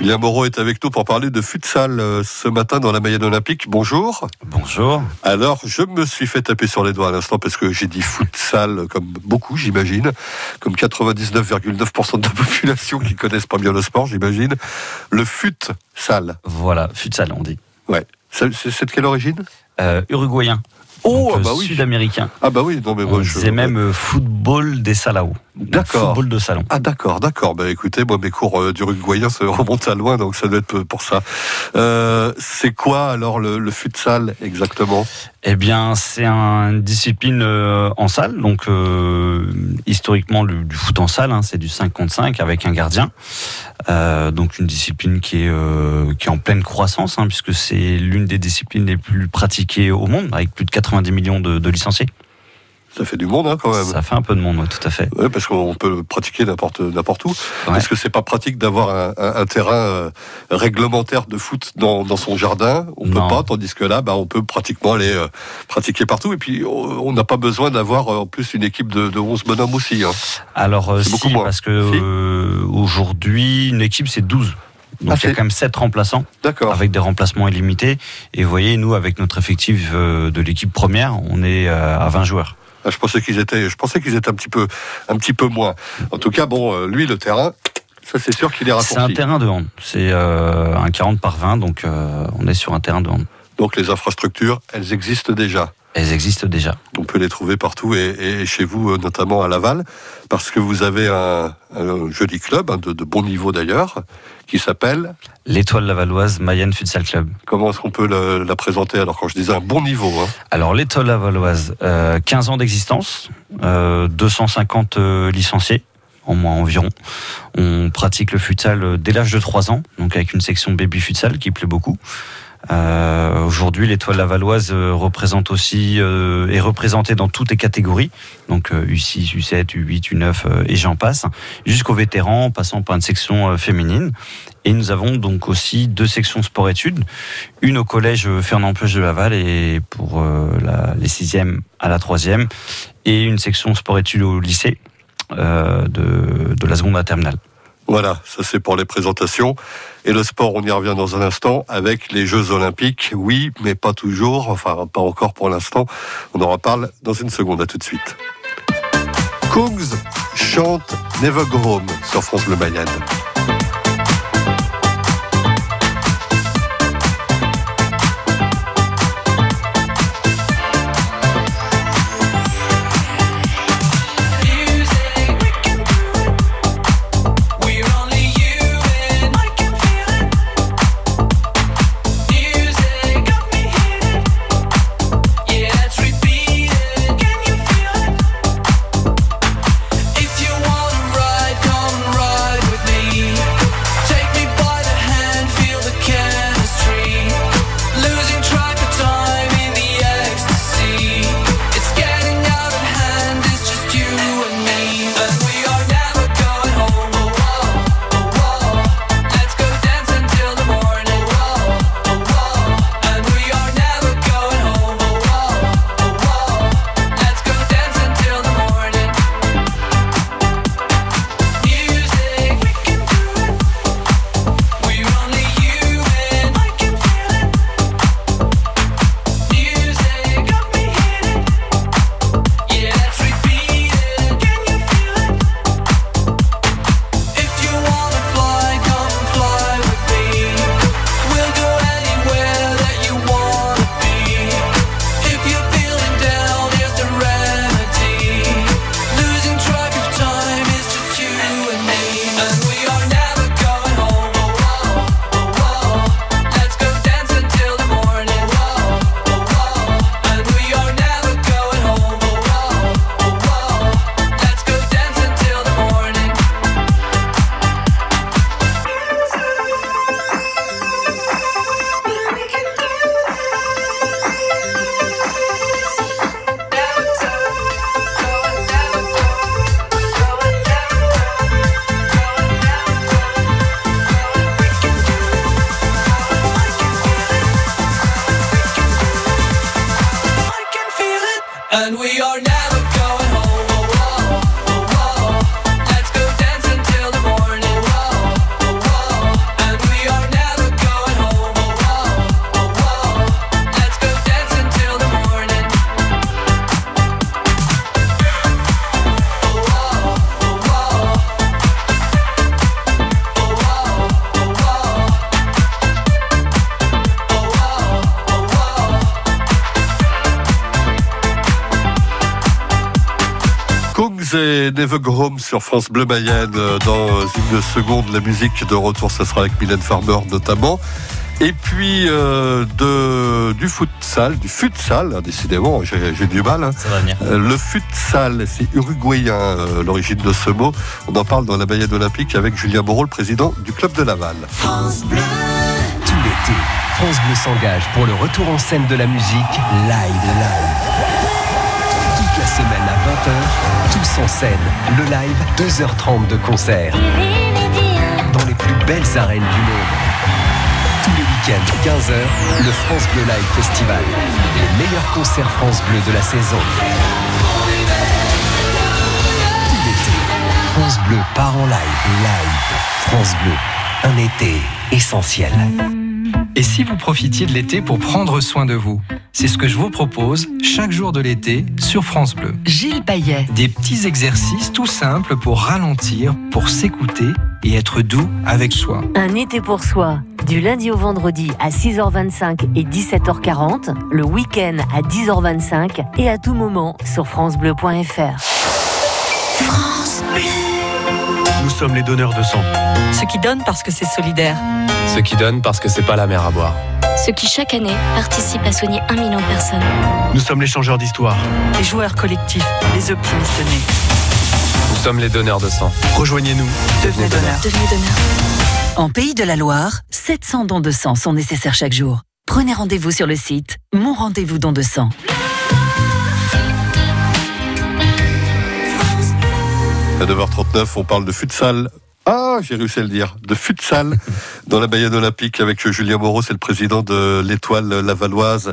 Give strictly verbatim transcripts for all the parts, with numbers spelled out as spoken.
Julien Moreau est avec nous pour parler de futsal euh, ce matin dans la Mayenne Olympique. Bonjour. Bonjour. Alors, je me suis fait taper sur les doigts à l'instant parce que j'ai dit futsal comme beaucoup, j'imagine, comme quatre-vingt-dix-neuf virgule neuf pour cent de la population qui connaissent pas bien le sport, j'imagine. Le futsal. Voilà, futsal, on dit. Ouais. C'est, c'est de quelle origine ? euh, Uruguayen. Oh, Donc, ah bah oui. Sud-américain. Ah bah oui, non mais moi on je... disait même euh, football des Salao. D'accord. Football de salon. Ah d'accord, d'accord. Bah écoutez, moi mes cours euh, d'uruguayen ça remonte à loin, donc ça doit être pour ça. Euh, c'est quoi alors le, le futsal exactement ? Eh bien, c'est une discipline euh, en salle. Donc, euh, historiquement, le, du foot en salle, hein, c'est du cinq contre cinq avec un gardien. Euh, donc, une discipline qui est, euh, qui est en pleine croissance, hein, puisque c'est l'une des disciplines les plus pratiquées au monde, avec plus de quatre-vingt-dix millions de, de licenciés. Ça fait du monde hein, quand même. Ça fait un peu de monde, oui, tout à fait. Oui, parce qu'on peut pratiquer n'importe, n'importe où. Ouais. Est-ce que c'est pas pratique d'avoir un, un, un terrain euh, réglementaire de foot dans, dans son jardin ? On Non. peut pas, tandis que là, bah, on peut pratiquement aller euh, pratiquer partout. Et puis, on n'a pas besoin d'avoir euh, en plus une équipe de, de onze bonhommes aussi. Hein. Alors, euh, C'est beaucoup si, moins. parce que Si. euh, aujourd'hui, une équipe, c'est douze. Donc, Ah, il y c'est- a quand même sept remplaçants. D'accord. Avec des remplacements illimités. Et vous voyez, nous, avec notre effectif euh, de l'équipe première, on est euh, à vingt joueurs. Ah, je pensais qu'ils étaient, je pensais qu'ils étaient un petit peu, un petit peu moins. En tout cas, bon, euh, lui, le terrain, ça c'est sûr qu'il est raccourci. C'est un terrain de hand. C'est euh, un quarante par vingt, donc euh, on est sur un terrain de hand. Donc les infrastructures, elles existent déjà. Elles existent déjà. On peut les trouver partout et, et chez vous, euh, notamment à Laval, parce que vous avez un, un joli club, hein, de, de bon niveau d'ailleurs, qui s'appelle... L'Étoile Lavalloise Mayenne Futsal Club. Comment est-ce qu'on peut le- la présenter ? Alors quand je disais un bon niveau, hein, Alors, l'Étoile Lavalloise, euh, quinze ans d'existence, euh, deux cent cinquante euh, licenciés, en moins environ. On pratique le futsal euh, dès l'âge de trois ans, donc avec une section baby futsal qui plaît beaucoup. Euh, aujourd'hui, l'Étoile Lavalloise euh, représente aussi euh, est représentée dans toutes les catégories, donc euh, U six, U sept, U huit, U neuf euh, et j'en passe, jusqu'aux vétérans, en passant par une section euh, féminine. Et nous avons donc aussi deux sections sport-études, une au collège euh, Fernand-Peuch de Laval et pour euh, la, les sixièmes à la troisième, et une section sport-études au lycée euh, de, de la seconde à la terminale. voilà, ça c'est pour les présentations. Et le sport, on y revient dans un instant, avec les Jeux Olympiques, oui, mais pas toujours, enfin pas encore pour l'instant. On en reparle dans une seconde, à tout de suite. Kungs chante Never Go Home sur France Bleu Mayenne. If you wanna ride, come ride with me. Kungs et Never Go Home sur France Bleu Mayenne. Dans une seconde, la musique de retour, ça sera avec Mylène Farmer notamment. Et puis euh, de, du futsal, du futsal, hein, décidément, j'ai, j'ai du mal. Hein. Ça va venir. Euh, le futsal, c'est uruguayen, euh, l'origine de ce mot. On en parle dans la Mayenne Olympique avec Julien Moreau, le président du club de Laval. France Bleu. Tout l'été, France Bleu s'engage pour le retour en scène de la musique live, live. Toute la semaine à vingt heures, tous en scène. Le live, deux heures trente de concert. Dans les plus belles arènes du monde. Tous les week-ends, quinze heures, le France Bleu Live Festival. Les meilleurs concerts France Bleu de la saison. Tout l'été, France Bleu part en live, live. France Bleu, un été essentiel. Et si vous profitiez de l'été pour prendre soin de vous? C'est ce que je vous propose chaque jour de l'été sur France Bleu. Gilles Payet. Des petits exercices tout simples pour ralentir, pour s'écouter et être doux avec soi. Un été pour soi, du lundi au vendredi à six heures vingt-cinq et dix-sept heures quarante, le week-end à dix heures vingt-cinq et à tout moment sur francebleu point f r. France Bleu. Nous sommes les donneurs de sang. Ceux qui donnent parce que c'est solidaire. Ceux qui donnent parce que c'est pas la mer à boire. Ceux qui chaque année participent à soigner un million de personnes. Nous sommes les changeurs d'histoire. Les joueurs collectifs, les optimistes nés. Nous sommes les donneurs de sang. Rejoignez-nous. Devenez donneurs. Devenez donneurs. En Pays de la Loire, sept cents dons de sang sont nécessaires chaque jour. Prenez rendez-vous sur le site Mon Rendez-vous Don de Sang. À neuf heures trente-neuf, on parle de futsal. Ah, j'ai réussi à le dire. De futsal dans la Mayenne Olympique avec Julien Moreau, c'est le président de l'Étoile lavalloise.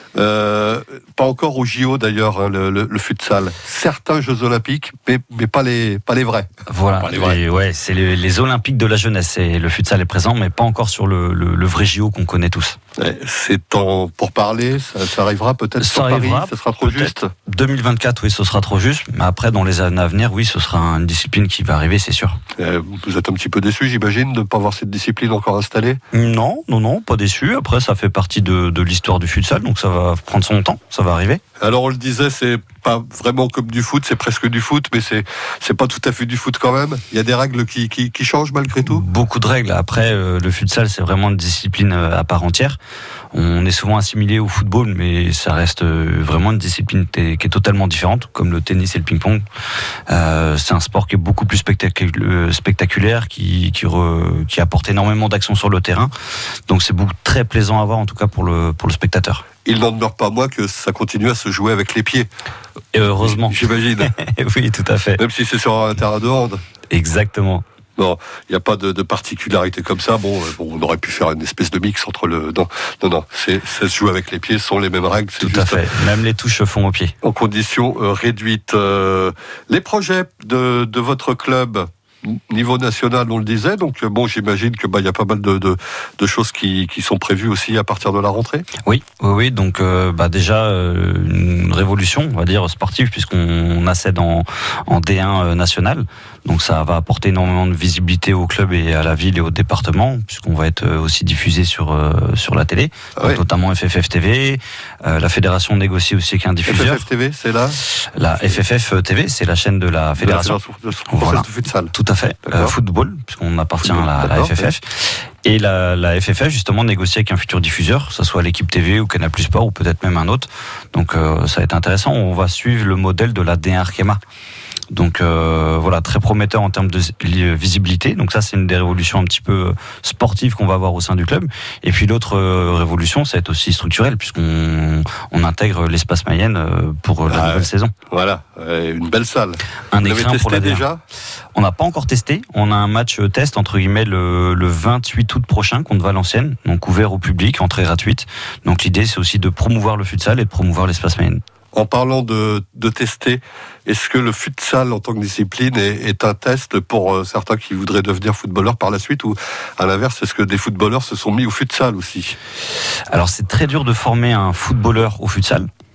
Euh, pas encore au J O d'ailleurs, hein, le, le, le futsal. Certains Jeux Olympiques, mais, mais pas les pas les vrais. Voilà, Pas les vrais. Et ouais, c'est les, les Olympiques de la jeunesse. Et le futsal est présent, mais pas encore sur le, le, le vrai J O qu'on connaît tous. C'est en, pour parler, ça, ça arrivera peut-être Ça sur arrivera, Paris, ça sera trop juste. deux mille vingt-quatre, oui, ce sera trop juste. Mais après, dans les années à venir, oui, ce sera une discipline qui va arriver, c'est sûr. Euh, vous êtes un petit peu déçu, j'imagine, de ne pas avoir cette discipline encore installée? Non, non, non, pas déçu. Après, ça fait partie de, de l'histoire du futsal, donc ça va prendre son temps, ça va arriver. Alors on le disait, c'est pas vraiment comme du foot, c'est presque du foot, mais c'est c'est pas tout à fait du foot quand même. Il y a des règles qui, qui, qui changent malgré tout. Beaucoup de règles. Après, euh, le futsal, c'est vraiment une discipline euh, à part entière. On est souvent assimilé au football, mais ça reste euh, vraiment une discipline t- qui est totalement différente, comme le tennis et le ping-pong. Euh, c'est un sport qui est beaucoup plus spectacul- spectaculaire, qui qui, re- qui apporte énormément d'action sur le terrain. Donc c'est beaucoup très plaisant à voir, en tout cas pour le pour le spectateur. Il n'en demeure pas moins que ça continue à se jouer avec les pieds. Et heureusement. J'imagine. Oui, tout à fait. Même si c'est sur un terrain de hand. Exactement. Non, il n'y a pas de, de particularité comme ça. Bon, bon, on aurait pu faire une espèce de mix entre le... Non, non, non, c'est, ça se joue avec les pieds, ce sont les mêmes règles. C'est Tout juste à fait. Même les touches se font au pied. En conditions euh, réduites. Euh, les projets de, de votre club, niveau national, on le disait, donc bon, j'imagine que bah il y a pas mal de, de, de choses qui, qui sont prévues aussi à partir de la rentrée. Oui, oui, oui. Donc euh, bah déjà euh, une révolution, on va dire sportive, puisqu'on accède en, en D un euh, national. Donc ça va apporter énormément de visibilité au club et à la ville et au département, puisqu'on va être aussi diffusé sur euh, sur la télé, Ah ouais. notamment F F F T V. Euh, la fédération négocie aussi avec un diffuseur. F F F T V, c'est là. La F F F T V, c'est la chaîne de la fédération. De la Fédération Voilà. de futsal. Tout à fait. Euh, football, puisqu'on appartient Football, à la, la d'accord, F F F. Et la, la F F F, justement, négocie avec un futur diffuseur, que ce soit l'équipe T V ou Canal Plus Sport, ou peut-être même un autre. Donc, euh, ça va être intéressant. On va suivre le modèle de la D un Arkema. Donc euh, voilà, très prometteur en termes de visibilité. Donc ça, c'est une des révolutions un petit peu sportives qu'on va avoir au sein du club. Et puis l'autre euh, révolution, ça va être aussi structurel, puisqu'on on intègre l'espace Mayenne euh, pour la Ah, nouvelle ouais. saison. Voilà, euh, une belle salle. Un Vous l'avez écrin testé pour la D un. déjà? On n'a pas encore testé. On a un match test entre guillemets le, le vingt-huit août prochain contre Valenciennes, donc ouvert au public, entrée gratuite. Donc l'idée, c'est aussi de promouvoir le futsal et de promouvoir l'espace Mayenne. En parlant de, de tester, est-ce que le futsal en tant que discipline est, est un test pour euh, certains qui voudraient devenir footballeurs par la suite, ou à l'inverse, est-ce que des footballeurs se sont mis au futsal aussi? Alors c'est très dur de former un footballeur au futsal.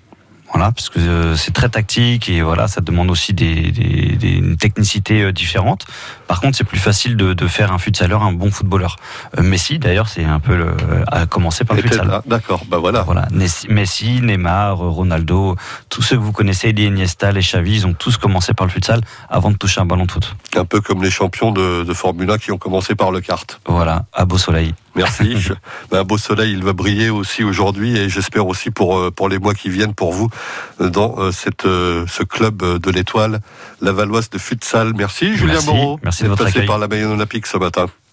Voilà, parce que euh, c'est très tactique et voilà, ça demande aussi des, des, des une technicité euh, différente. Par contre, c'est plus facile de, de faire un futsaleur un bon footballeur. Euh, Messi, d'ailleurs, c'est un peu le, a commencé par le Et futsal. là, d'accord, bah voilà. Voilà, Messi, Neymar, Ronaldo, tous ceux que vous connaissez, les Iniesta, les Xavi, ils ont tous commencé par le futsal avant de toucher un ballon de foot. Un peu comme les champions de, de Formule un qui ont commencé par le kart. Voilà, à beau soleil. Merci. Ben, un beau soleil, il va briller aussi aujourd'hui et j'espère aussi pour, pour les mois qui viennent pour vous dans cette, ce club de l'Étoile, la Valloise de futsal. Merci Julien Merci, Moreau. merci de votre passé accueil. par la Mayenne Olympique ce matin.